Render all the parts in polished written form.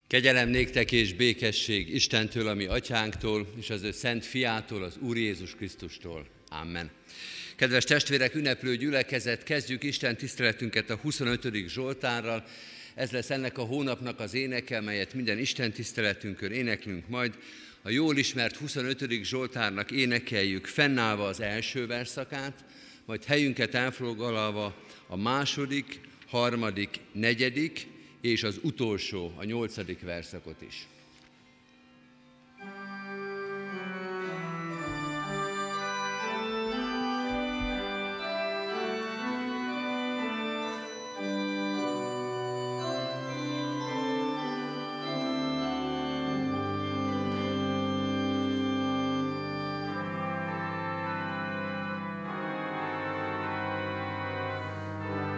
Kegyelem néktek és békesség Istentől, a mi atyánktól, és az ő szent fiától, az Úr Jézus Krisztustól. Amen. Kedves testvérek, ünneplő gyülekezet, kezdjük Isten tiszteletünket a 25. Zsoltárral. Ez lesz ennek a hónapnak az éneke, melyet minden Isten tiszteletünkön éneklünk majd. A jól ismert 25. Zsoltárnak énekeljük fennállva az első verszakát, majd helyünket elfoglalva a második, harmadik, negyedik, és az utolsó, a 8. verszakot is.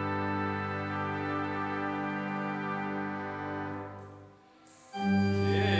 Yeah.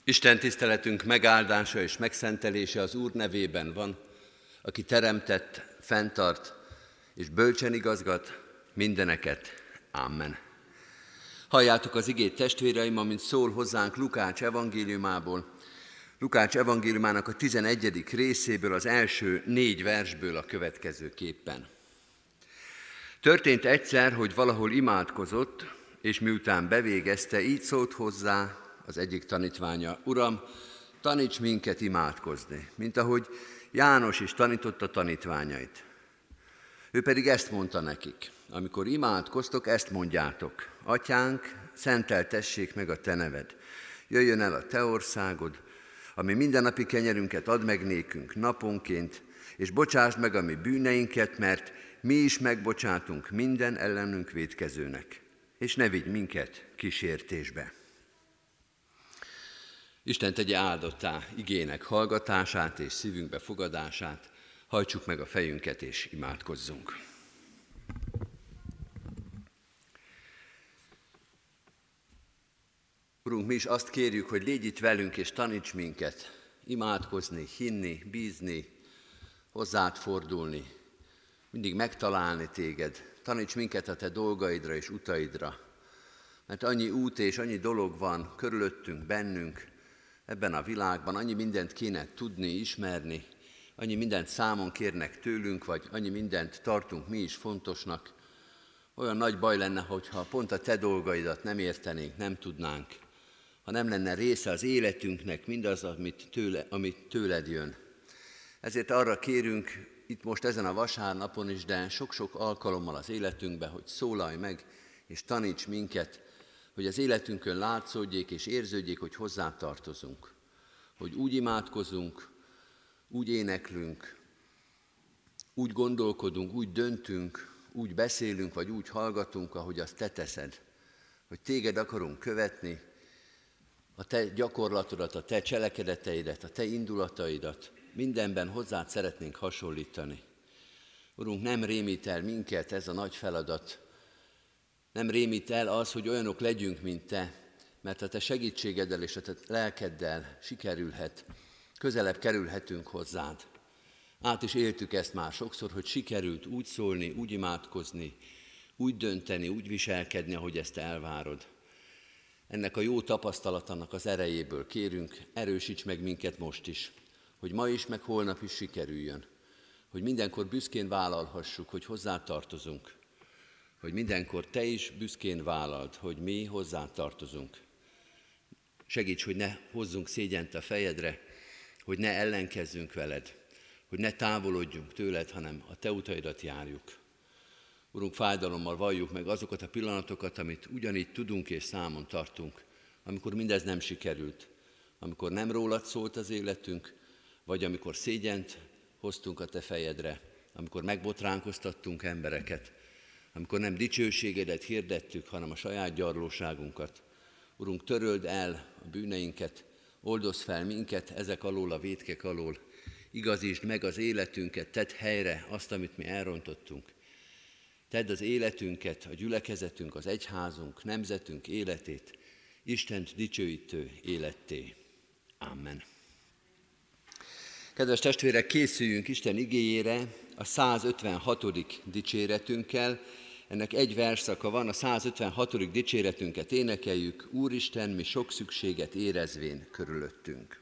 Isten tiszteletünk megáldása és megszentelése az Úr nevében van, aki teremtett, fenntart és bölcsen igazgat mindeneket. Amen. Halljátok az igét, testvéreim, amint szól hozzánk Lukács evangéliumából, Lukács evangéliumának a 11. részéből, az első 4 versből a következőképpen. Történt egyszer, hogy valahol imádkozott, és miután bevégezte, így szólt hozzá az egyik tanítványa: Uram, taníts minket imádkozni, mint ahogy János is tanította tanítványait. Ő pedig ezt mondta nekik: amikor imádkoztok, ezt mondjátok: Atyánk, szenteltessék meg a te neved, jöjjön el a te országod, ami mindennapi kenyerünket add meg nékünk naponként, és bocsásd meg a mi bűneinket, mert mi is megbocsátunk minden ellenünk vétkezőnek, és ne vigy minket kísértésbe. Isten tegye áldottá igének hallgatását és szívünkbe fogadását, hajtsuk meg a fejünket és imádkozzunk. Urunk, mi is azt kérjük, hogy légy itt velünk és taníts minket imádkozni, hinni, bízni, hozzád fordulni, mindig megtalálni téged. Taníts minket a te dolgaidra és utaidra, mert annyi út és annyi dolog van körülöttünk, bennünk, ebben a világban, annyi mindent kéne tudni, ismerni, annyi mindent számon kérnek tőlünk, vagy annyi mindent tartunk mi is fontosnak. Olyan nagy baj lenne, hogyha pont a te dolgaidat nem értenénk, nem tudnánk, ha nem lenne része az életünknek mindaz, amit tőled jön. Ezért arra kérünk itt most ezen a vasárnapon is, de sok-sok alkalommal az életünkbe, hogy szólalj meg és taníts minket, hogy az életünkön látszódjék és érződjék, hogy hozzá tartozunk, hogy úgy imádkozunk, úgy éneklünk, úgy gondolkodunk, úgy döntünk, úgy beszélünk, vagy úgy hallgatunk, ahogy azt te teszed, hogy téged akarunk követni, a te gyakorlatodat, a te cselekedeteidet, a te indulataidat, mindenben hozzád szeretnénk hasonlítani. Urunk, nem rémít el minket ez a nagy feladat, nem rémít el az, hogy olyanok legyünk, mint te, mert a te segítségeddel és a te lelkeddel sikerülhet, közelebb kerülhetünk hozzád. Át is éltük ezt már sokszor, hogy sikerült úgy szólni, úgy imádkozni, úgy dönteni, úgy viselkedni, ahogy ezt te elvárod. Ennek a jó tapasztalatának az erejéből kérünk, erősíts meg minket most is, hogy ma is, meg holnap is sikerüljön, hogy mindenkor büszkén vállalhassuk, hogy hozzá tartozunk, hogy mindenkor te is büszkén vállald, hogy mi hozzá tartozunk. Segíts, hogy ne hozzunk szégyent a fejedre, hogy ne ellenkezzünk veled, hogy ne távolodjunk tőled, hanem a te utaidat járjuk. Urunk, fájdalommal valljuk meg azokat a pillanatokat, amit ugyanígy tudunk és számon tartunk, amikor mindez nem sikerült, amikor nem rólad szólt az életünk, vagy amikor szégyent hoztunk a te fejedre, amikor megbotránkoztattunk embereket, amikor nem dicsőségedet hirdettük, hanem a saját gyarlóságunkat. Urunk, töröld el a bűneinket, oldozz fel minket ezek alól, a vétkek alól, igazítsd meg az életünket, tedd helyre azt, amit mi elrontottunk. Tedd az életünket, a gyülekezetünk, az egyházunk, nemzetünk életét Istent dicsőítő életté. Amen. Kedves testvérek, készüljünk Isten igéjére a 156. dicséretünkkel. Ennek egy versszaka van, a 156. dicséretünket énekeljük: Úristen, mi sok szükséget érezvén körülöttünk.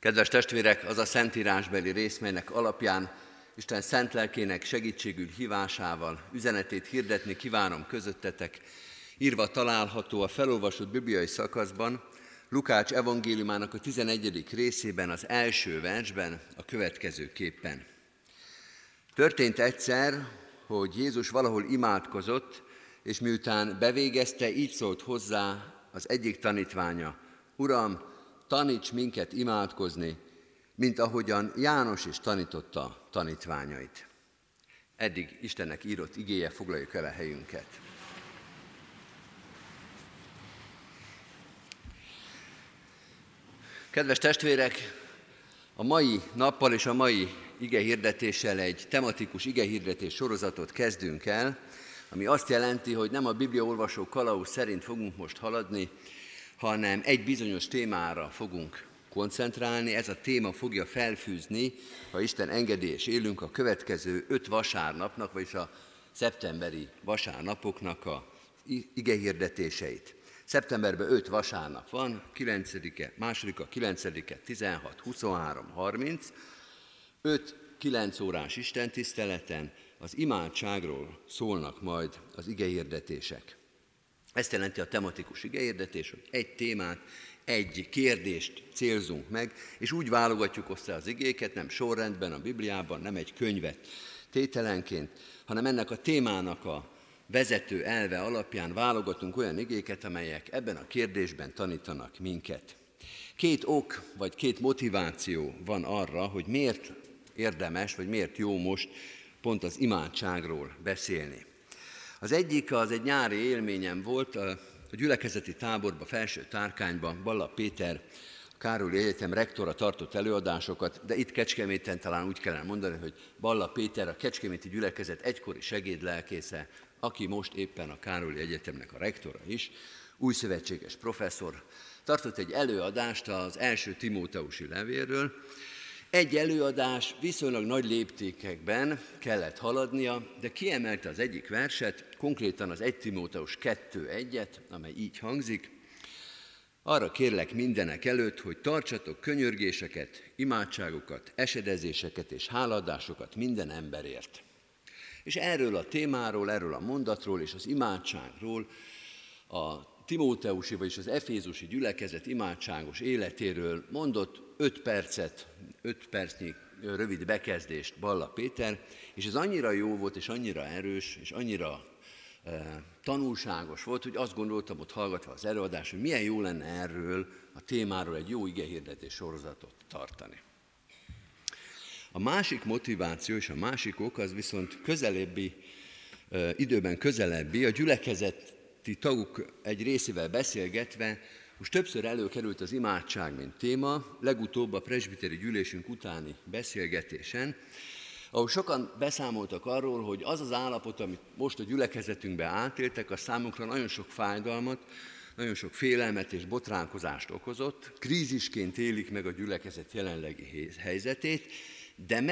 Kedves testvérek, az a szentírásbeli rész, melynek alapján Isten szent lelkének segítségül hívásával üzenetét hirdetni kívánom közöttetek, írva található a felolvasott bibliai szakaszban, Lukács evangéliumának a 11. részében, az első versben a következőképpen. Történt egyszer, hogy Jézus valahol imádkozott, és miután bevégezte, így szólt hozzá az egyik tanítványa: Uram, taníts minket imádkozni, mint ahogyan János is tanította tanítványait. Eddig Istennek írott igéje, foglaljuk el a helyünket. Kedves testvérek, a mai nappal és a mai igehirdetéssel egy tematikus igehirdetés sorozatot kezdünk el, ami azt jelenti, hogy nem a bibliaolvasó kalauz szerint fogunk most haladni, hanem egy bizonyos témára fogunk koncentrálni. Ez a téma fogja felfűzni, ha Isten engedi és élünk, a következő 5 vasárnapnak, vagyis a szeptemberi vasárnapoknak a igehirdetéseit. Szeptemberben 5 vasárnap van, 9-e, 2-a, 9-e, 16, 23, 30, 5 9 órás istentiszteleten az imádságról szólnak majd az igehirdetések. Ezt jelenti a tematikus igehirdetés, hogy egy témát, egy kérdést célzunk meg, és úgy válogatjuk össze az igéket, nem sorrendben a Bibliában, nem egy könyvet tételenként, hanem ennek a témának a vezető elve alapján válogatunk olyan igéket, amelyek ebben a kérdésben tanítanak minket. 2 ok, vagy 2 motiváció van arra, hogy miért érdemes, vagy miért jó most pont az imádságról beszélni. Az egyik az egy nyári élményem volt, a gyülekezeti táborban, Felső Tárkányban Balla Péter, a Károlyi Egyetem rektora tartott előadásokat, de itt Kecskeméten talán úgy kellene mondani, hogy Balla Péter, a kecskeméti gyülekezet egykori segédlelkésze, aki most éppen a Károlyi Egyetemnek a rektora is, új szövetséges professzor, tartott egy előadást az első Timóteusi levélről. Egy előadás viszonylag nagy léptékekben kellett haladnia, de kiemelte az egyik verset, konkrétan az 1 Timóteus 2:1-et, amely így hangzik: Arra kérlek mindenek előtt, hogy tartsatok könyörgéseket, imádságokat, esedezéseket és hálaadásokat minden emberért. És erről a témáról, erről a mondatról és az imádságról, a timóteusi, vagyis az efézusi gyülekezet imádságos életéről mondott 5 percnyi rövid bekezdést Balla Péter, és ez annyira jó volt, és annyira erős, és annyira tanulságos volt, hogy azt gondoltam ott hallgatva az előadást, hogy milyen jó lenne erről a témáról egy jó igehirdetés sorozatot tartani. A másik motiváció és a másik ok az viszont időben közelebbi, a gyülekezeti tagok egy részével beszélgetve, most többször előkerült az imádság, mint téma, legutóbb a presbiteri gyűlésünk utáni beszélgetésen, ahol sokan beszámoltak arról, hogy az az állapot, amit most a gyülekezetünkben átéltek, az számunkra nagyon sok fájdalmat, nagyon sok félelmet és botránkozást okozott, krízisként élik meg a gyülekezet jelenlegi helyzetét, de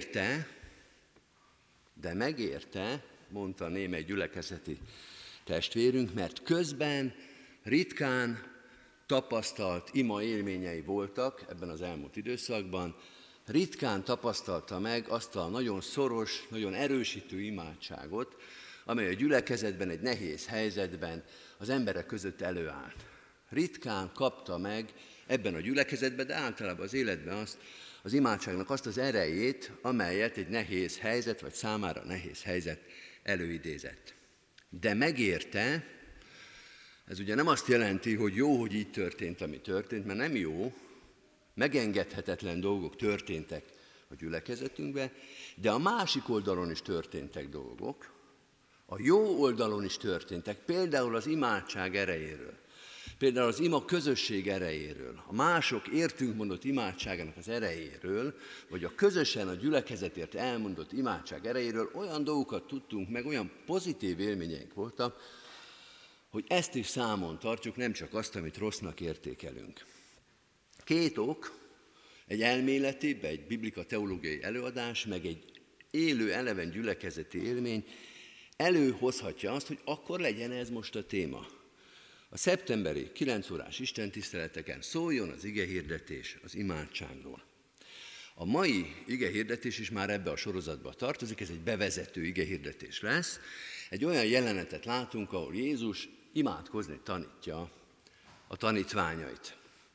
megérte, mondta némely gyülekezeti testvérünk, mert közben ritkán tapasztalt ima élményei voltak ebben az elmúlt időszakban, ritkán tapasztalta meg azt a nagyon szoros, nagyon erősítő imádságot, amely a gyülekezetben, egy nehéz helyzetben az emberek között előállt. Ritkán kapta meg ebben a gyülekezetben, de általában az életben az imádságnak azt az erejét, amelyet egy nehéz helyzet, vagy számára nehéz helyzet előidézett. De megérte, ez ugye nem azt jelenti, hogy jó, hogy így történt, ami történt, mert nem jó, megengedhetetlen dolgok történtek a gyülekezetünkben, de a másik oldalon is történtek dolgok, a jó oldalon is történtek, például az imádság erejéről, például az ima közösség erejéről, a mások értünk mondott imádságának az erejéről, vagy a közösen a gyülekezetért elmondott imádság erejéről olyan dolgokat tudtunk meg, olyan pozitív élményeink voltak, hogy ezt is számon tartjuk, nem csak azt, amit rossznak értékelünk. 2 ok, egy elméleti, egy biblika-teológiai előadás, meg egy élő, eleven gyülekezeti élmény előhozhatja azt, hogy akkor legyen ez most a téma. A szeptemberi 9 órás istentiszteleteken szóljon az igehirdetés az imádságról. A mai igehirdetés is már ebbe a sorozatba tartozik, ez egy bevezető igehirdetés lesz. Egy olyan jelenetet látunk, ahol Jézus imádkozni tanítja a tanítványait.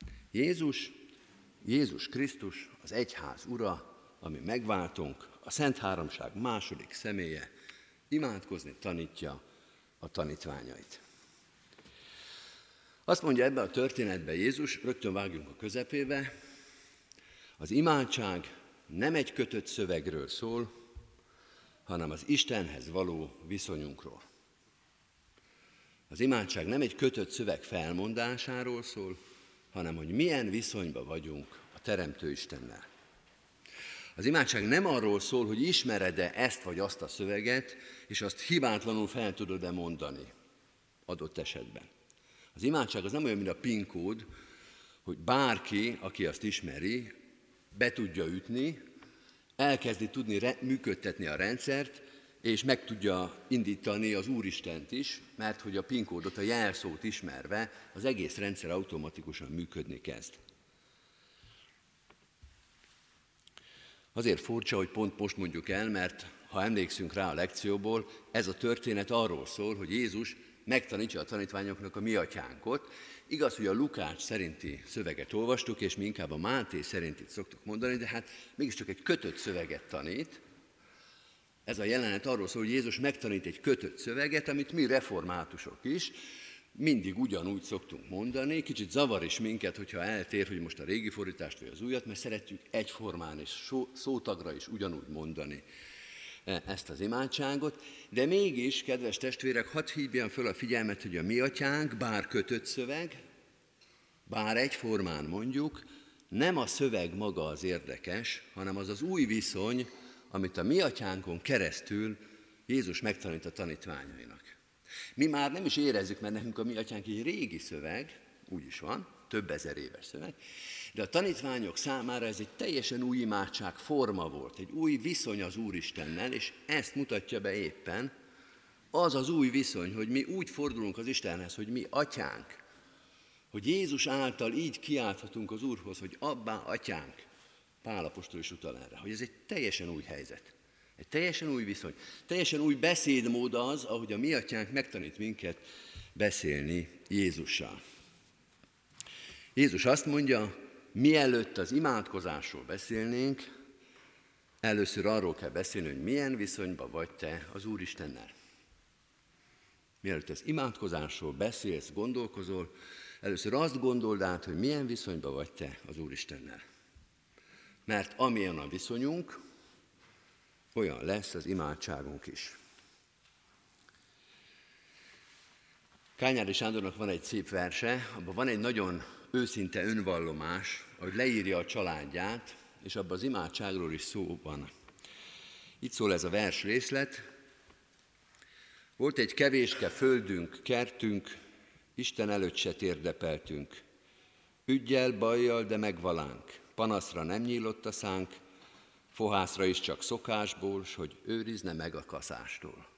Jézus Krisztus, az egyház ura, ami megváltunk, a Szent Háromság második személye, imádkozni tanítja a tanítványait. Azt mondja ebbe a történetbe Jézus, rögtön vágjunk a közepébe, az imádság nem egy kötött szövegről szól, hanem az Istenhez való viszonyunkról. Az imádság nem egy kötött szöveg felmondásáról szól, hanem hogy milyen viszonyban vagyunk a Teremtő Istennel. Az imádság nem arról szól, hogy ismered-e ezt vagy azt a szöveget, és azt hibátlanul fel tudod-e mondani adott esetben. Az imádság az nem olyan, mint a PIN kód, hogy bárki, aki azt ismeri, be tudja ütni, elkezdi tudni működtetni a rendszert, és meg tudja indítani az Úristent is, mert hogy a PIN kódot, a jelszót ismerve az egész rendszer automatikusan működni kezd. Azért furcsa, hogy pont most mondjuk el, mert ha emlékszünk rá a lekcióból, ez a történet arról szól, hogy Jézus megtanítja a tanítványoknak a mi atyánkot. Igaz, hogy a Lukács szerinti szöveget olvastuk, és mi inkább a Máté szerintit szoktuk mondani, de hát mégiscsak egy kötött szöveget tanít. Ez a jelenet arról szól, hogy Jézus megtanít egy kötött szöveget, amit mi reformátusok is mindig ugyanúgy szoktunk mondani. Kicsit zavar is minket, hogyha eltér, hogy most a régi fordítást vagy az újat, mert szeretjük egyformán és szótagra is ugyanúgy mondani ezt az imádságot. De mégis, kedves testvérek, hadd hívjam föl a figyelmet, hogy a mi atyánk, bár kötött szöveg, bár egyformán mondjuk, nem a szöveg maga az érdekes, hanem az az új viszony, amit a mi atyánkon keresztül Jézus megtanít a tanítványainak. Mi már nem is érezzük, mert nekünk a mi atyánk egy régi szöveg, úgy is van, több ezer éves szöveg, de a tanítványok számára ez egy teljesen új imádság forma volt, egy új viszony az Úristennel, és ezt mutatja be éppen az az új viszony, hogy mi úgy fordulunk az Istenhez, hogy mi atyánk, hogy Jézus által így kiálthatunk az Úrhoz, hogy Abbá, atyánk. Pál apostol is utal erre, hogy ez egy teljesen új helyzet, egy teljesen új viszony, teljesen új beszédmód az, ahogy a mi atyánk megtanít minket beszélni Jézussal. Jézus azt mondja, mielőtt az imádkozásról beszélnénk, először arról kell beszélni, hogy milyen viszonyban vagy te az Úristennel. Mielőtt az imádkozásról beszélsz, gondolkozol, először azt gondold át, hogy milyen viszonyban vagy te az Úristennel. Mert amilyen a viszonyunk, olyan lesz az imádságunk is. Kányádi Sándornak van egy szép verse, abban van egy nagyon őszinte önvallomás, ahogy leírja a családját, és abban az imádságról is szó van. Itt szól ez a vers részlet. Volt egy kevéske földünk, kertünk, Isten előtt se térdepeltünk. Üggyel, bajjal, de megvalánk. Panaszra nem nyílott a szánk, fohászra is csak szokásból, s hogy őrizne meg a kaszástól.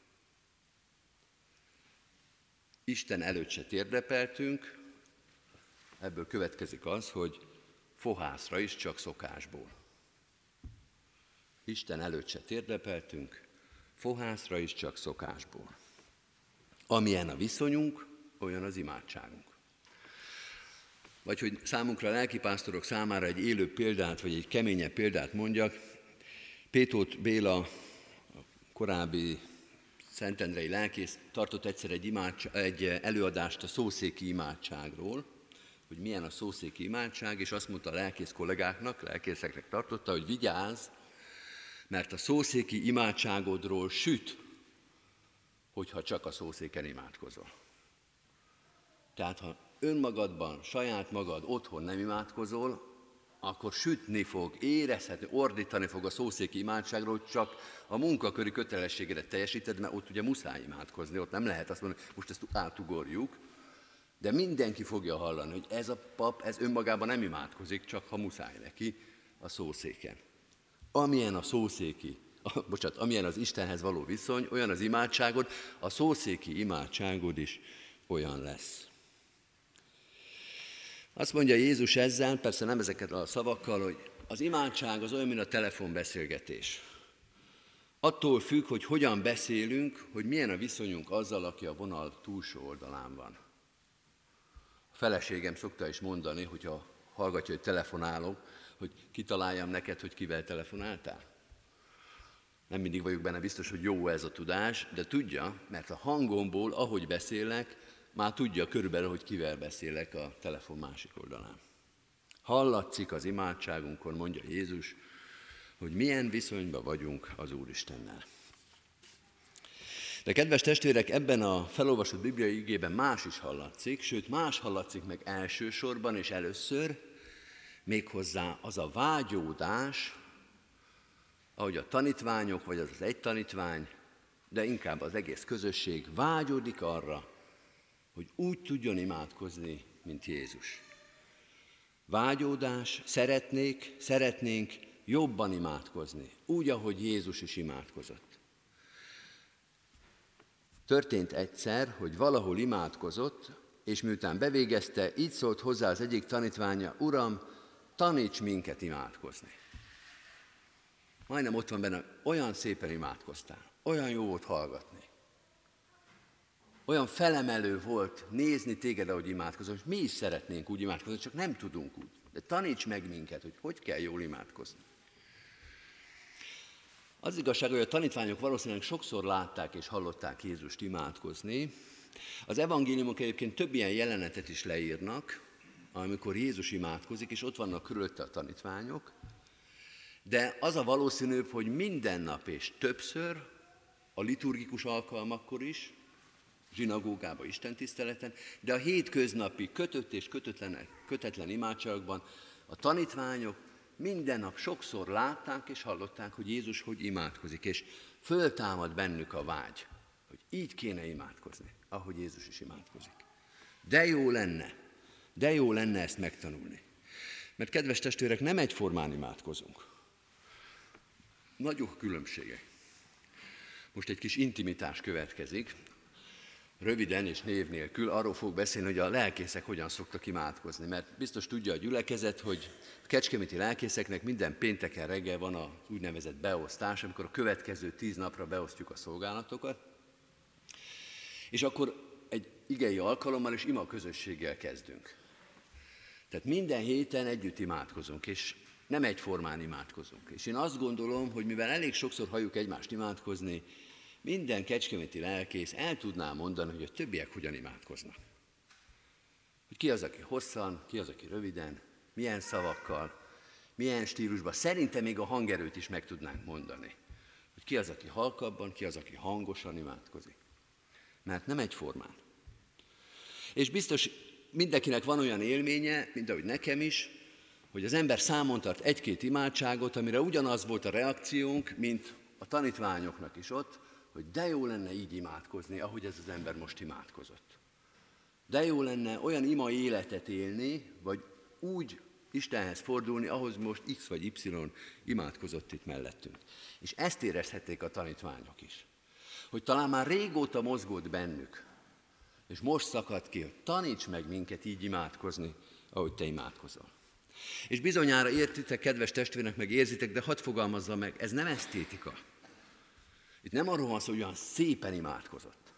Isten előtt se térdepeltünk, ebből következik az, hogy fohászra is csak szokásból. Isten előtt se térdepeltünk, fohászra is csak szokásból. Amilyen a viszonyunk, olyan az imádságunk. Vagy hogy számunkra, lelkipásztorok számára egy élő példát, vagy egy keményebb példát mondjak, Pétóth Béla, a korábbi szentendrei lelkész tartott egyszer egy előadást a szószéki imádságról, hogy milyen a szószéki imádság, és azt mondta a lelkész kollégáknak, lelkészeknek tartotta, hogy vigyázz, mert a szószéki imádságodról süt, hogyha csak a szószéken imádkozol. Tehát ha önmagadban, saját magad otthon nem imádkozol, akkor sütni fog, érezhetni, ordítani fog a szószéki imádságról, hogy csak a munkaköri kötelességedet teljesíted, mert ott ugye muszáj imádkozni, ott nem lehet azt mondani, most ezt átugorjuk, de mindenki fogja hallani, hogy ez a pap, ez önmagában nem imádkozik, csak ha muszáj neki a szószéken. Amilyen amilyen az Istenhez való viszony, olyan az imádságod, a szószéki imádságod is olyan lesz. Azt mondja Jézus ezzel, persze nem ezeket a szavakkal, hogy az imádság az olyan, mint a telefonbeszélgetés. Attól függ, hogy hogyan beszélünk, hogy milyen a viszonyunk azzal, aki a vonal túlsó oldalán van. A feleségem szokta is mondani, hogyha hallgatja, hogy telefonálok, hogy kitaláljam neked, hogy kivel telefonáltál. Nem mindig vagyok benne biztos, hogy jó ez a tudás, de tudja, mert a hangomból, ahogy beszélek, már tudja körülbelül, hogy kivel beszélek a telefon másik oldalán. Hallatszik az imádságunkon, mondja Jézus, hogy milyen viszonyban vagyunk az Úristennel. De kedves testvérek, ebben a felolvasott bibliai igében más is hallatszik, sőt más hallatszik meg elsősorban és először, méghozzá az a vágyódás, ahogy a tanítványok, vagy az egy tanítvány, de inkább az egész közösség vágyódik arra, hogy úgy tudjon imádkozni, mint Jézus. Vágyódás, szeretnénk jobban imádkozni, úgy, ahogy Jézus is imádkozott. Történt egyszer, hogy valahol imádkozott, és miután bevégezte, így szólt hozzá az egyik tanítványa: Uram, taníts minket imádkozni. Majdnem ott van benne, olyan szépen imádkoztál, olyan jó volt hallgatni. Olyan felemelő volt nézni téged, ahogy imádkozol, és mi is szeretnénk úgy imádkozni, csak nem tudunk úgy. De taníts meg minket, hogy kell jól imádkozni. Az igazság, hogy a tanítványok valószínűleg sokszor látták és hallották Jézust imádkozni. Az evangéliumok egyébként több ilyen jelenetet is leírnak, amikor Jézus imádkozik, és ott vannak körülötte a tanítványok. De az a valószínűbb, hogy minden nap és többször, a liturgikus alkalmakkor is, zsinagógában, istentiszteleten, de a hétköznapi kötött és kötetlen imádságokban a tanítványok minden nap sokszor látták és hallották, hogy Jézus hogy imádkozik, és föltámad bennük a vágy, hogy így kéne imádkozni, ahogy Jézus is imádkozik. De jó lenne ezt megtanulni. Mert kedves testvérek, nem egyformán imádkozunk. Nagyok különbségek. Most egy kis intimitás következik. Röviden és név nélkül arról fog beszélni, hogy a lelkészek hogyan szoktak imádkozni. Mert biztos tudja a gyülekezet, hogy a kecskeméti lelkészeknek minden pénteken reggel van az úgynevezett beosztás, amikor a következő 10 napra beosztjuk a szolgálatokat. És akkor egy igei alkalommal és ima közösséggel kezdünk. Tehát minden héten együtt imádkozunk, és nem egyformán imádkozunk. És én azt gondolom, hogy mivel elég sokszor halljuk egymást imádkozni, minden kecskeméti lelkész el tudná mondani, hogy a többiek hogyan imádkoznak. Hogy ki az, aki hosszan, ki az, aki röviden, milyen szavakkal, milyen stílusban. Szerintem még a hangerőt is meg tudnánk mondani. Hogy ki az, aki halkabban, ki az, aki hangosan imádkozik. Mert nem egyformán. És biztos mindenkinek van olyan élménye, mint ahogy nekem is, hogy az ember számon tart egy-két imádságot, amire ugyanaz volt a reakciónk, mint a tanítványoknak is ott, hogy de jó lenne így imádkozni, ahogy ez az ember most imádkozott. De jó lenne olyan ima életet élni, vagy úgy Istenhez fordulni, ahhoz most X vagy Y imádkozott itt mellettünk. És ezt érezhették a tanítványok is. Hogy talán már régóta mozgott bennük, és most szakadt ki, hogy taníts meg minket így imádkozni, ahogy te imádkozol. És bizonyára értitek, kedves testvérek, meg érzitek, de hadd fogalmazza meg, ez nem esztétika. Itt nem arról van szó, hogy olyan szépen imádkozott.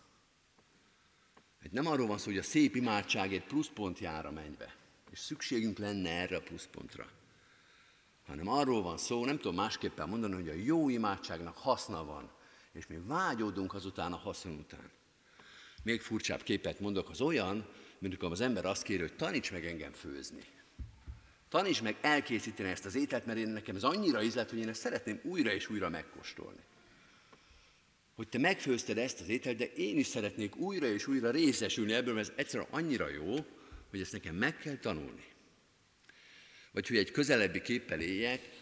Itt nem arról van szó, hogy a szép imádságért pluszpont jár a mennybe, és szükségünk lenne erre a pluszpontra. Hanem arról van szó, nem tudom másképpen mondani, hogy a jó imádságnak haszna van, és mi vágyódunk azután a haszon után. Még furcsább képet mondok, az olyan, mint amikor az ember azt kéri, hogy taníts meg engem főzni. Taníts meg elkészíteni ezt az ételt, mert nekem ez annyira ízlet, hogy én ezt szeretném újra és újra megkóstolni. Hogy te megfőzted ezt az ételt, de én is szeretnék újra és újra részesülni ebből, mert ez egyszerűen annyira jó, hogy ezt nekem meg kell tanulni. Vagy hogy egy közelebbi képpel éljek,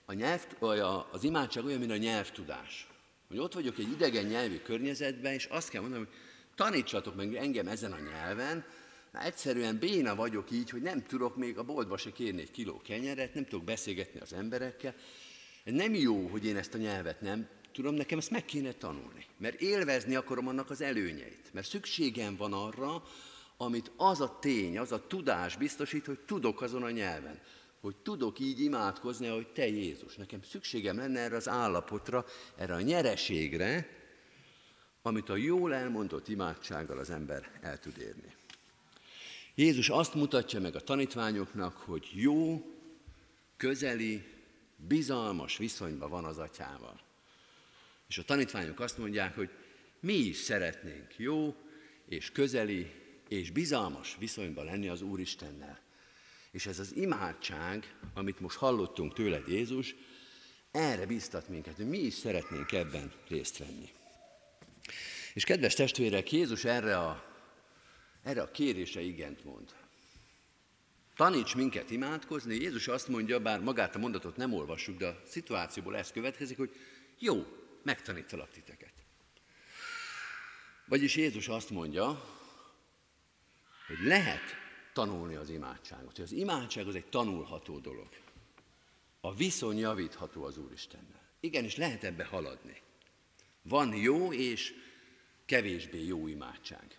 az imádság olyan, mint a nyelvtudás. Hogy ott vagyok egy idegen nyelvű környezetben, és azt kell mondanom, hogy tanítsatok meg engem ezen a nyelven, mert egyszerűen béna vagyok így, hogy nem tudok még a boltba se kérni 1 kiló kenyeret, nem tudok beszélgetni az emberekkel. Ez nem jó, hogy én ezt a nyelvet nem tudom, nekem ezt meg kéne tanulni. Mert élvezni akarom annak az előnyeit. Mert szükségem van arra, amit az a tény, az a tudás biztosít, hogy tudok azon a nyelven, hogy tudok így imádkozni, ahogy te, Jézus. Nekem szükségem lenne erre az állapotra, erre a nyereségre, amit a jól elmondott imádsággal az ember el tud érni. Jézus azt mutatja meg a tanítványoknak, hogy jó, közeli, bizalmas viszonyban van az atyával. És a tanítványok azt mondják, hogy mi is szeretnénk jó és közeli és bizalmas viszonyban lenni az Úristennel. És ez az imádság, amit most hallottunk tőled, Jézus, erre bíztat minket, hogy mi is szeretnénk ebben részt venni. És kedves testvérek, Jézus erre a kérésre igent mond. Taníts minket imádkozni. Jézus azt mondja, bár magát a mondatot nem olvassuk, de a szituációból ez következik, hogy jó, megtanítalak titeket. Vagyis Jézus azt mondja, hogy lehet tanulni az imádságot. Hogy az imádság az egy tanulható dolog. A viszony javítható az Úristennel. Igenis lehet ebbe haladni. Van jó és kevésbé jó imádság.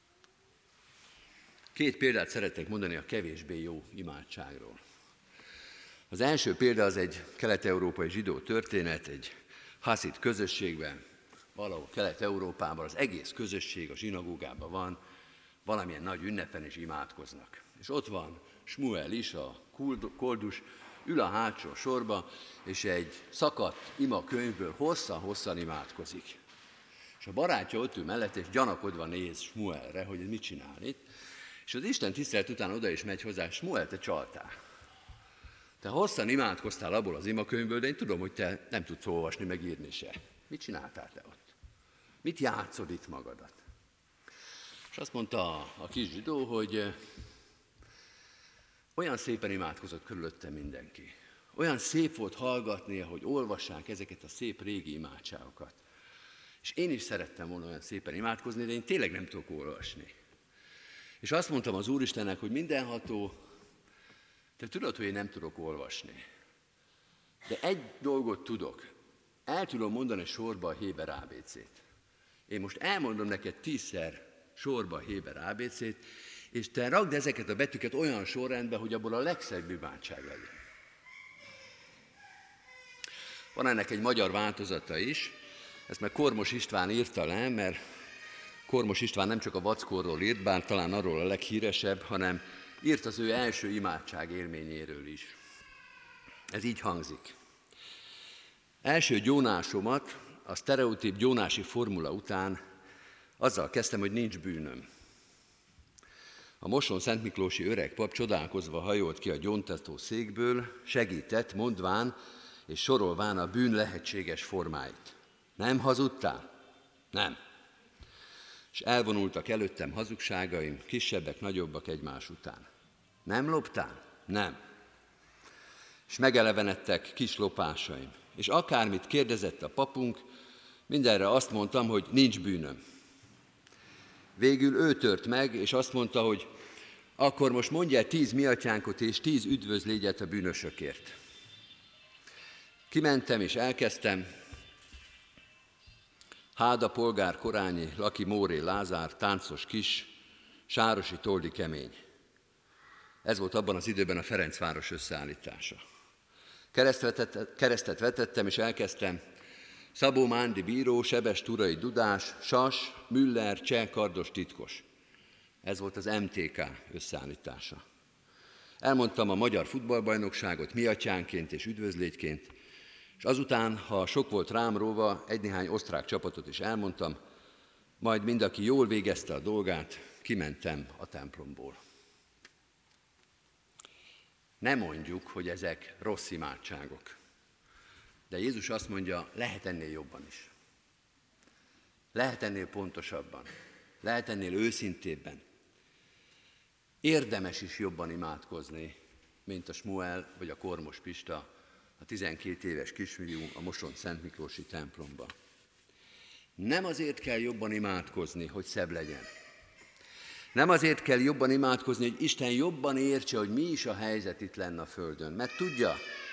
2 példát szeretnék mondani a kevésbé jó imádságról. Az első példa az egy kelet-európai zsidó történet, egy haszid közösségben, valahol Kelet-Európában az egész közösség a zsinagógában van, valamilyen nagy ünnepen is imádkoznak. És ott van Smuel is, a koldus, ül a hátsó sorba, és egy szakadt imakönyvből hosszan-hosszan imádkozik. És a barátja ott ül mellett, és gyanakodva néz Smuelre, hogy mit csinál itt. És az Isten tisztelet után oda is megy hozzá, Smuel, te csaltál. Te hosszan imádkoztál abból az imakönyvből, de én tudom, hogy te nem tudsz olvasni, meg írni se. Mit csináltál te ott? Mit játszod itt magadat? És azt mondta a kis zsidó, hogy olyan szépen imádkozott körülöttem mindenki. Olyan szép volt hallgatni, ahogy olvassák ezeket a szép régi imádságokat. És én is szerettem volna olyan szépen imádkozni, de én tényleg nem tudok olvasni. És azt mondtam az Úristennek, hogy mindenható, te tudod, hogy én nem tudok olvasni. De egy dolgot tudok. El tudom mondani sorba a Héber ABC-t. Én most elmondom neked 10-szer sorba a Héber ABC-t, és te ragd ezeket a betűket olyan sorrendbe, hogy abból a legszebb imádság legyen. Van ennek egy magyar változata is, ezt meg Kormos István írta le, mert Kormos István nem csak a vackorról írt, bár talán arról a leghíresebb, hanem írt az ő első imádság élményéről is. Ez így hangzik. Első gyónásomat a sztereotíp gyónási formula után azzal kezdtem, hogy nincs bűnöm. A Mosonszentmiklósi öreg pap csodálkozva hajolt ki a gyóntató székből, segített, mondván és sorolván a bűn lehetséges formáit. Nem hazudtál? Nem. És elvonultak előttem hazugságaim, kisebbek, nagyobbak egymás után. Nem loptál? Nem. És megelevenedtek kis lopásaim. És akármit kérdezett a papunk, mindenre azt mondtam, hogy nincs bűnöm. Végül ő tört meg, és azt mondta, hogy akkor most mondj el 10 miatyánkot és 10 üdvözlégyet a bűnösökért. Kimentem és elkezdtem. Háda, Polgár, Korányi, Laki, Móré, Lázár, Táncos, Kis, Sárosi, Toldi, Kemény. Ez volt abban az időben a Ferencváros összeállítása. Keresztet vetettem és elkezdtem. Szabó Mándi bíró, Sebes Turai Dudás, Sas, Müller, Cseh, Kardos, Titkos. Ez volt az MTK összeállítása. Elmondtam a magyar futballbajnokságot miatyánként és üdvözlégyként, és azután, ha sok volt rám róva, egy-néhány osztrák csapatot is elmondtam, majd mindaki jól végezte a dolgát, kimentem a templomból. Nem mondjuk, hogy ezek rossz imádságok. De Jézus azt mondja, lehet ennél jobban is. Lehet ennél pontosabban. Lehet ennél őszintébben. Érdemes is jobban imádkozni, mint a Smuel vagy a Kormos Pista, a 12 éves kisfiú a Mosonszentmiklósi templomba. Nem azért kell jobban imádkozni, hogy szebb legyen. Nem azért kell jobban imádkozni, hogy Isten jobban értse, hogy mi is a helyzet itt lenne a földön. Mert tudja,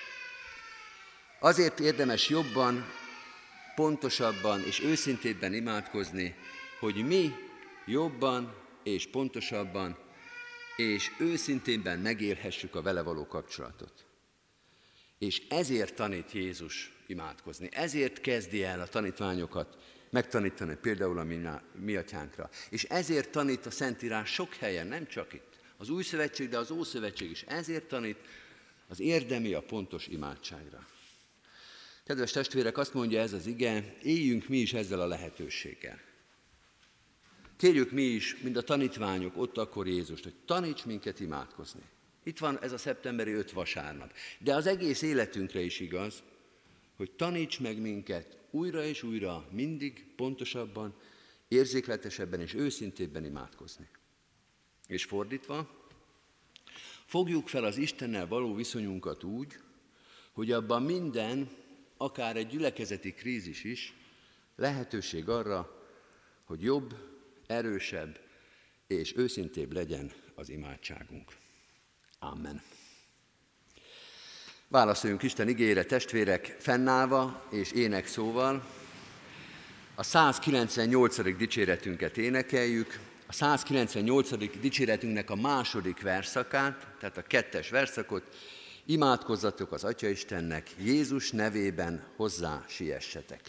azért érdemes jobban, pontosabban és őszintébben imádkozni, hogy mi jobban és pontosabban, és őszintében megélhessük a vele való kapcsolatot. És ezért tanít Jézus imádkozni. Ezért kezdi el a tanítványokat megtanítani például a mi atyánkra. És ezért tanít a Szentírás sok helyen, nem csak itt. Az Új Szövetség, de az Ószövetség is ezért tanít az érdemi, a pontos imádságra. Kedves testvérek, azt mondja ez az ige, éljünk mi is ezzel a lehetőséggel. Kérjük mi is, mint a tanítványok ott akkor Jézust, hogy taníts minket imádkozni. Itt van ez a szeptemberi 5 vasárnap. De az egész életünkre is igaz, hogy taníts meg minket újra és újra, mindig pontosabban, érzékletesebben és őszintébben imádkozni. És fordítva, fogjuk fel az Istennel való viszonyunkat úgy, hogy abban minden, akár egy gyülekezeti krízis is, lehetőség arra, hogy jobb, erősebb és őszintébb legyen az imádságunk. Amen. Válaszoljunk Isten igéjére, testvérek, fennállva és énekszóval. A 198. dicséretünket énekeljük. A 198. dicséretünknek a második verszakát, tehát a 2. verszakot, imádkozzatok az Atya-Istennek, Jézus nevében hozzá siessetek.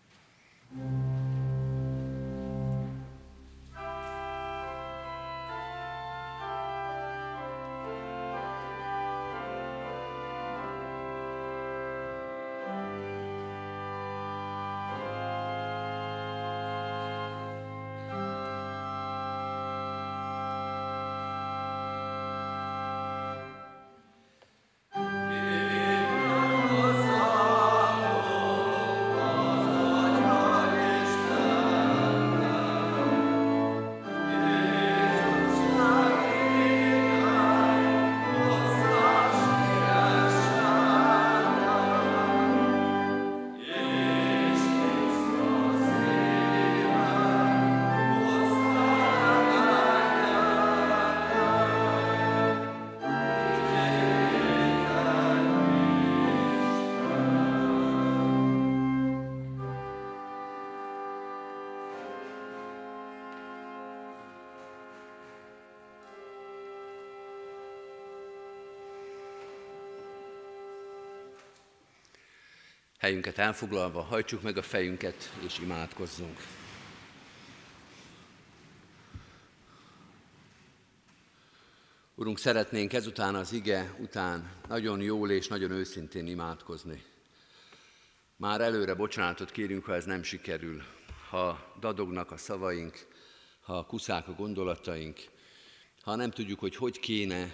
Helyünket elfoglalva, hajtsuk meg a fejünket és imádkozzunk. Urunk, szeretnénk ezután az ige után nagyon jól és nagyon őszintén imádkozni. Már előre bocsánatot kérünk, ha ez nem sikerül, ha dadognak a szavaink, ha kuszák a gondolataink, ha nem tudjuk, hogy kéne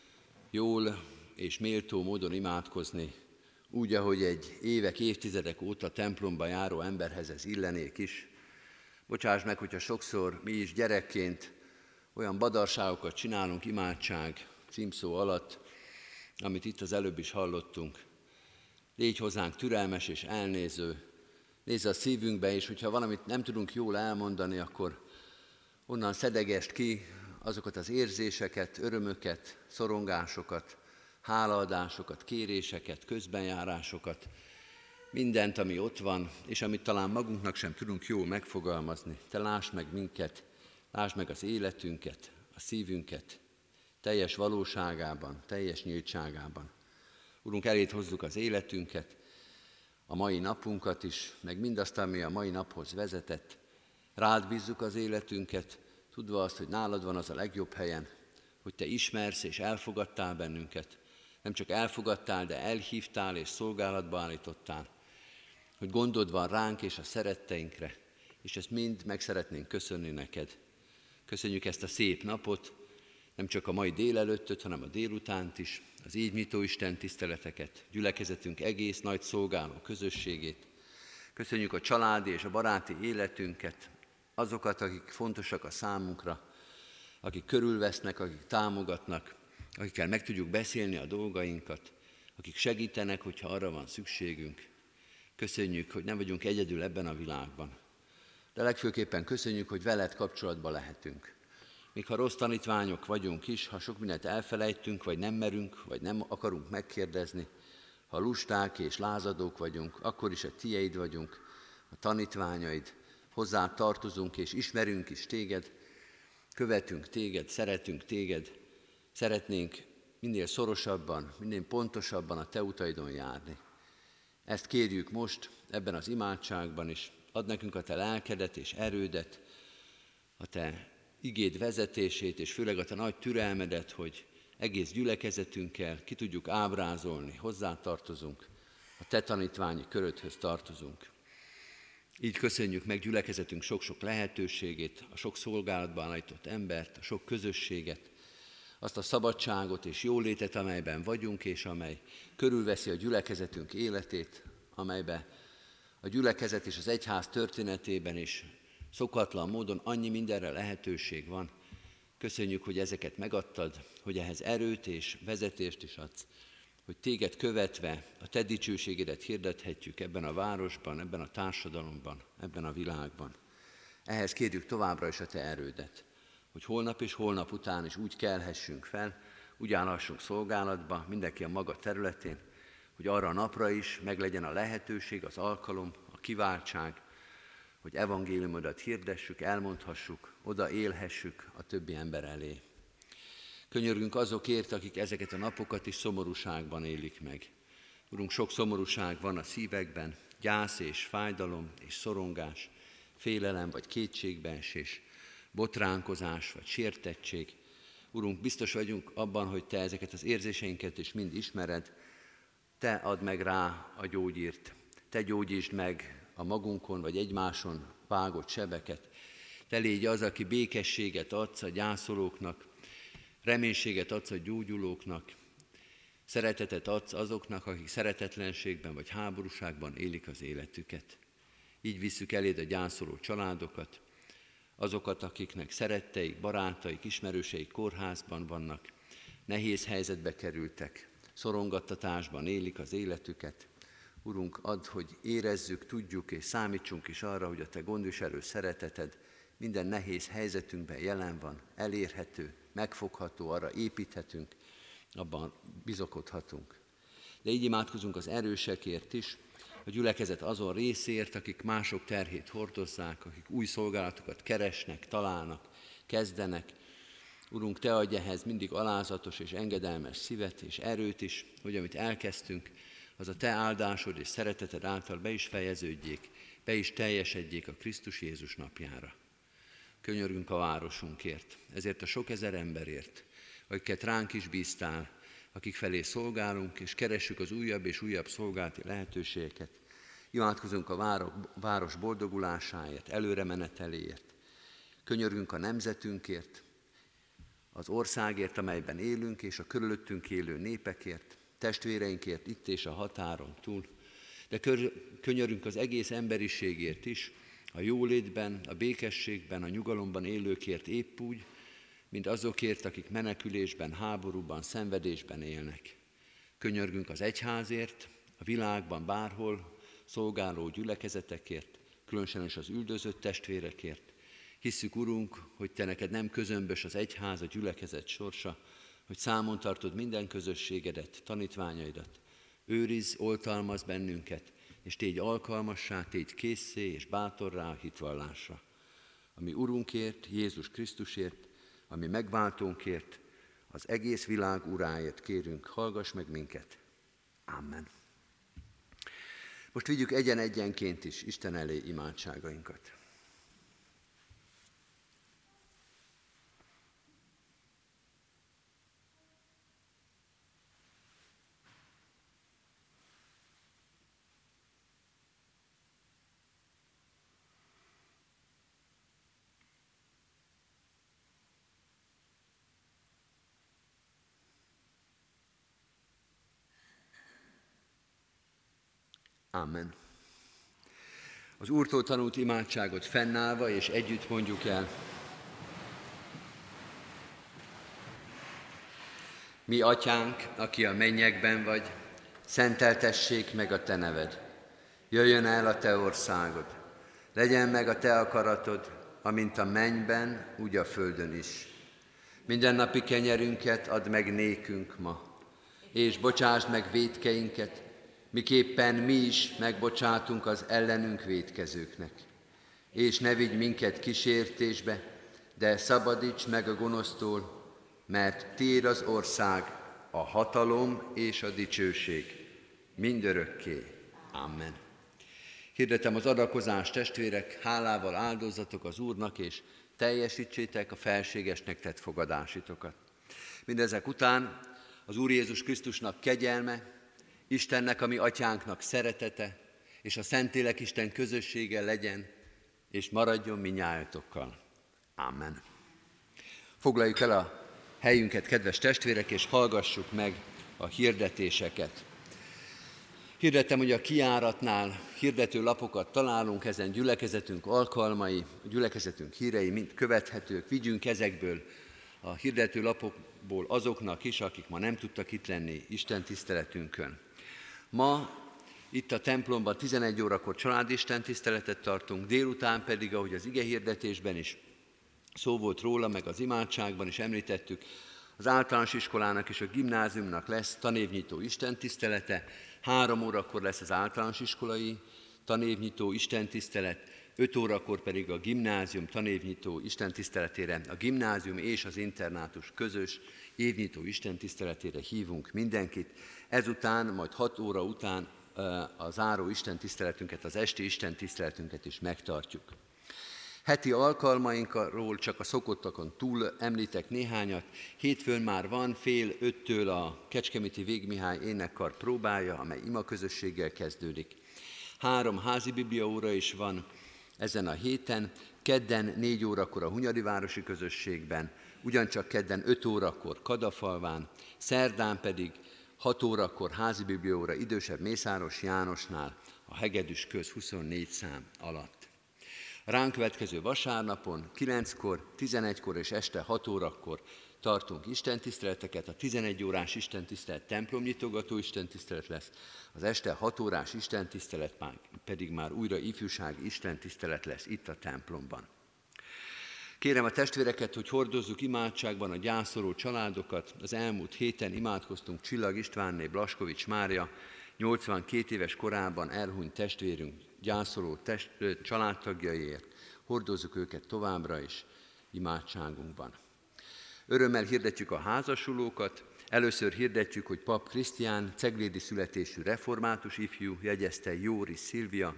jól és méltó módon imádkozni, úgy, ahogy egy évek, évtizedek óta templomba járó emberhez ez illenék is. Bocsáss meg, hogyha sokszor mi is gyerekként olyan badarságokat csinálunk imádság címszó alatt, amit itt az előbb is hallottunk. Légy hozzánk türelmes és elnéző, nézz a szívünkbe, és hogyha valamit nem tudunk jól elmondani, akkor onnan szedegest ki azokat az érzéseket, örömöket, szorongásokat, hálaadásokat, kéréseket, közbenjárásokat, mindent, ami ott van, és amit talán magunknak sem tudunk jól megfogalmazni. Te lásd meg minket, lásd meg az életünket, a szívünket, teljes valóságában, teljes nyíltságában. Urunk, eléd hozzuk az életünket, a mai napunkat is, meg mindazt, ami a mai naphoz vezetett. Rád bízzuk az életünket, tudva azt, hogy nálad van az a legjobb helyen, hogy te ismersz és elfogadtál bennünket. Nem csak elfogadtál, de elhívtál és szolgálatba állítottál, hogy gondod van ránk és a szeretteinkre, és ezt mind meg szeretnénk köszönni neked. Köszönjük ezt a szép napot, nem csak a mai délelőttöt, hanem a délutánt is, az így nyitó Isten tiszteleteket, gyülekezetünk egész nagy szolgáló közösségét. Köszönjük a családi és a baráti életünket, azokat, akik fontosak a számunkra, akik körülvesznek, akik támogatnak, akikkel meg tudjuk beszélni a dolgainkat, akik segítenek, hogyha arra van szükségünk. Köszönjük, hogy nem vagyunk egyedül ebben a világban. De legfőképpen köszönjük, hogy veled kapcsolatban lehetünk. Még ha rossz tanítványok vagyunk is, ha sok mindent elfelejtünk, vagy nem merünk, vagy nem akarunk megkérdezni, ha lusták és lázadók vagyunk, akkor is a tieid vagyunk, a tanítványaid, hozzá tartozunk és ismerünk is téged, követünk téged, szeretünk téged, szeretnénk minél szorosabban, minél pontosabban a te utaidon járni. Ezt kérjük most ebben az imádságban is. Add nekünk a te lelkedet és erődet, a te igéd vezetését, és főleg a te nagy türelmedet, hogy egész gyülekezetünkkel ki tudjuk ábrázolni, hozzátartozunk, a te tanítványi körödhöz tartozunk. Így köszönjük meg gyülekezetünk sok-sok lehetőségét, a sok szolgálatban állított embert, a sok közösséget, azt a szabadságot és jólétet, amelyben vagyunk, és amely körülveszi a gyülekezetünk életét, amelyben a gyülekezet és az egyház történetében is szokatlan módon annyi mindenre lehetőség van. Köszönjük, hogy ezeket megadtad, hogy ehhez erőt és vezetést is adsz, hogy téged követve a te dicsőségedet hirdethetjük ebben a városban, ebben a társadalomban, ebben a világban. Ehhez kérjük továbbra is a te erődet, hogy holnap és holnap után is úgy kelhessünk fel, úgy állhassunk szolgálatba, mindenki a maga területén, hogy arra a napra is meglegyen a lehetőség, az alkalom, a kiváltság, hogy evangéliumodat hirdessük, elmondhassuk, oda élhessük a többi ember elé. Könyörgünk azokért, akik ezeket a napokat is szomorúságban élik meg. Urunk, sok szomorúság van a szívekben, gyász és fájdalom és szorongás, félelem vagy kétségbeesés, botránkozás vagy sértettség. Urunk, biztos vagyunk abban, hogy te ezeket az érzéseinket is mind ismered, te add meg rá a gyógyírt, te gyógyítsd meg a magunkon vagy egymáson vágott sebeket. Te légy az, aki békességet adsz a gyászolóknak, reménységet adsz a gyógyulóknak, szeretetet adsz azoknak, akik szeretetlenségben vagy háborúságban élik az életüket. Így visszük eléd a gyászoló családokat, azokat, akiknek szeretteik, barátaik, ismerőseik kórházban vannak, nehéz helyzetbe kerültek, szorongattatásban élik az életüket. Urunk, add, hogy érezzük, tudjuk és számítsunk is arra, hogy a te gondviselő szereteted minden nehéz helyzetünkben jelen van, elérhető, megfogható, arra építhetünk, abban bizakodhatunk. De így imádkozunk az erősekért is, a gyülekezet azon részért, akik mások terhét hordozzák, akik új szolgálatokat keresnek, találnak, kezdenek. Urunk, te adj ehhez mindig alázatos és engedelmes szívet és erőt is, hogy amit elkezdtünk, az a te áldásod és szereteted által be is fejeződjék, be is teljesedjék a Krisztus Jézus napjára. Könyörgünk a városunkért, ezért a sok ezer emberért, akiket ránk is bíztál, akik felé szolgálunk, és keressük az újabb és újabb szolgálati lehetőségeket. Imádkozunk a város boldogulásáért, előremeneteléért. Könyörgünk a nemzetünkért, az országért, amelyben élünk, és a körülöttünk élő népekért, testvéreinkért itt és a határon túl. De könyörgünk az egész emberiségért is, a jólétben, a békességben, a nyugalomban élőkért épp úgy, mint azokért, akik menekülésben, háborúban, szenvedésben élnek. Könyörgünk az egyházért, a világban bárhol szolgáló gyülekezetekért, különösen is az üldözött testvérekért. Hisszük, Urunk, hogy te neked nem közömbös az egyház, a gyülekezet sorsa, hogy számon tartod minden közösségedet, tanítványaidat. Őrizz, oltalmazz bennünket, és tégy alkalmassá, tégy készszé és bátorrá a hitvallásra. Ami Urunkért, Jézus Krisztusért, ami megváltónkért, az egész világ uráért kérünk, hallgass meg minket. Amen. Most vigyük egyen-egyenként is Isten elé imádságainkat. Amen. Az Úrtól tanult imádságot fennállva és együtt mondjuk el. Mi atyánk, aki a mennyekben vagy, szenteltessék meg a te neved. Jöjjön el a te országod. Legyen meg a te akaratod, amint a mennyben, úgy a földön is. Mindennapi kenyerünket add meg nékünk ma, és bocsásd meg vétkeinket, miképpen mi is megbocsátunk az ellenünk vétkezőknek. És ne vigy minket kísértésbe, de szabadíts meg a gonosztól, mert tiéd az ország, a hatalom és a dicsőség mindörökké. Amen. Hirdetem az adakozást, testvérek, hálával áldozzatok az Úrnak, és teljesítsétek a felségesnek tett fogadásitokat. Mindezek után az Úr Jézus Krisztusnak kegyelme, Istennek, a mi atyánknak szeretete, és a Szentlélek Isten közössége legyen, és maradjon minnyájatokkal. Amen. Foglaljuk el a helyünket, kedves testvérek, és hallgassuk meg a hirdetéseket. Hirdetem, hogy a kijáratnál hirdető lapokat találunk, ezen gyülekezetünk alkalmai, a gyülekezetünk hírei mind követhetők. Vigyünk ezekből a hirdető lapokból azoknak is, akik ma nem tudtak itt lenni Isten tiszteletünkön. Ma itt a templomban 11 órakor családisten tiszteletet tartunk, délután pedig, ahogy az igehirdetésben is szó volt róla, meg az imádságban is említettük, az általános iskolának és a gimnáziumnak lesz tanévnyitó istentisztelete, 3 órakor lesz az általános iskolai tanévnyitó istentisztelet, 5 órakor pedig a gimnázium tanévnyitó istentiszteletére, a gimnázium és az internátus közös évnyitó istentiszteletére hívunk mindenkit. Ezután, majd 6 óra után a záró istentiszteletünket, az esti istentiszteletünket is megtartjuk. Heti alkalmainkról csak a szokottakon túl említek néhányat. Hétfőn már van 4:30 a Kecskeméti Vég Mihály énekkar próbája, amely imaközösséggel kezdődik. 3 házi bibliaóra is van ezen a héten, kedden 4 órakor a Hunyadivárosi közösségben, ugyancsak kedden 5 órakor Kadafalván, szerdán pedig 6 órakor házi bibliaóra idősebb Mészáros Jánosnál, a Hegedűs köz 24 szám alatt. Ránk következő vasárnapon 9-kor, 11-kor és este 6 órakor tartunk istentiszteleteket. A 11 órás istentisztelet templomnyitogató istentisztelet lesz, az este 6 órás istentisztelet pedig már újra ifjúsági istentisztelet lesz itt a templomban. Kérem a testvéreket, hogy hordozzuk imádságban a gyászoló családokat. Az elmúlt héten imádkoztunk Csillag Istvánné, Blaskovics Mária, 82 éves korában elhunyt testvérünk gyászoló családtagjaiért. Hordozzuk őket továbbra is imádságunkban. Örömmel hirdetjük a házasulókat. Először hirdetjük, hogy Pap Krisztián ceglédi születésű református ifjú jegyezte Jóri Szilvia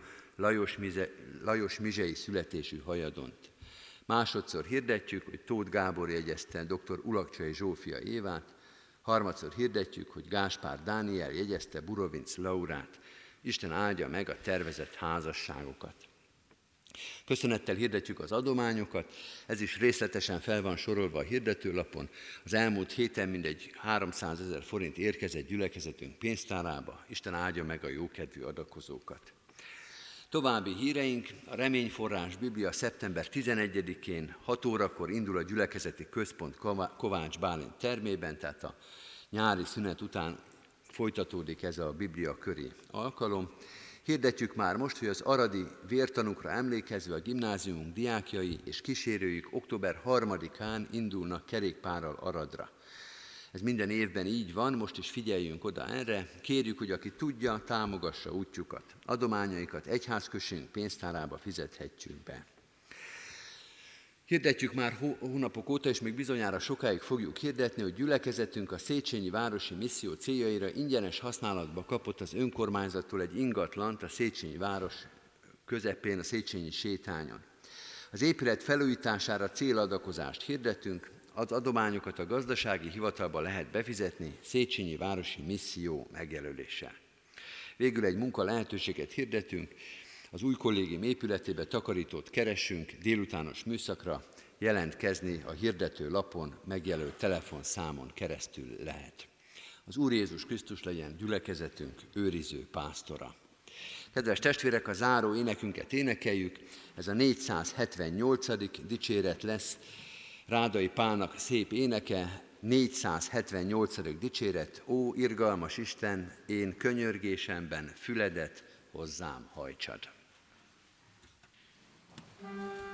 Lajos Mizsei születésű hajadont. Másodszor hirdetjük, hogy Tóth Gábor jegyezte dr. Ulakcsai Zsófia Évát. Harmadszor hirdetjük, hogy Gáspár Dániel jegyezte Burovinc Laurát. Isten áldja meg a tervezett házasságokat. Köszönettel hirdetjük az adományokat, ez is részletesen fel van sorolva a hirdetőlapon. Az elmúlt héten mindegy 300 000 forint érkezett gyülekezetünk pénztárába. Isten áldja meg a jókedvű adakozókat. További híreink: a Reményforrás Biblia szeptember 11-én 6 órakor indul a gyülekezeti központ Kovács Bálint termében, tehát a nyári szünet után folytatódik ez a Biblia köri alkalom. Hirdetjük már most, hogy az aradi vértanúkra emlékezve a gimnáziumunk diákjai és kísérőik október 3-án indulnak kerékpárral Aradra. Ez minden évben így van, most is figyeljünk oda erre. Kérjük, hogy aki tudja, támogassa útjukat. Adományaikat egyházközségünk pénztárába fizethetjük be. Hirdetjük már hónapok óta, és még bizonyára sokáig fogjuk hirdetni, hogy gyülekezetünk a Széchenyi Városi Misszió céljaira ingyenes használatba kapott az önkormányzattól egy ingatlant a Széchenyi város közepén, a Széchenyi sétányon. Az épület felújítására céladakozást hirdetünk, az adományokat a gazdasági hivatalba lehet befizetni Széchenyi Városi Misszió megjelöléssel. Végül egy munka lehetőséget hirdetünk, az új kollégium épületébe takarítót keresünk, délutános műszakra jelentkezni a hirdető lapon megjelölt telefonszámon keresztül lehet. Az Úr Jézus Krisztus legyen gyülekezetünk őriző pásztora. Kedves testvérek, a záró énekünket énekeljük, ez a 478. dicséret lesz, Rádai Pálnak szép éneke, 478. dicséret. Ó, irgalmas Isten, én könyörgésemben füledet hozzám hajtsad.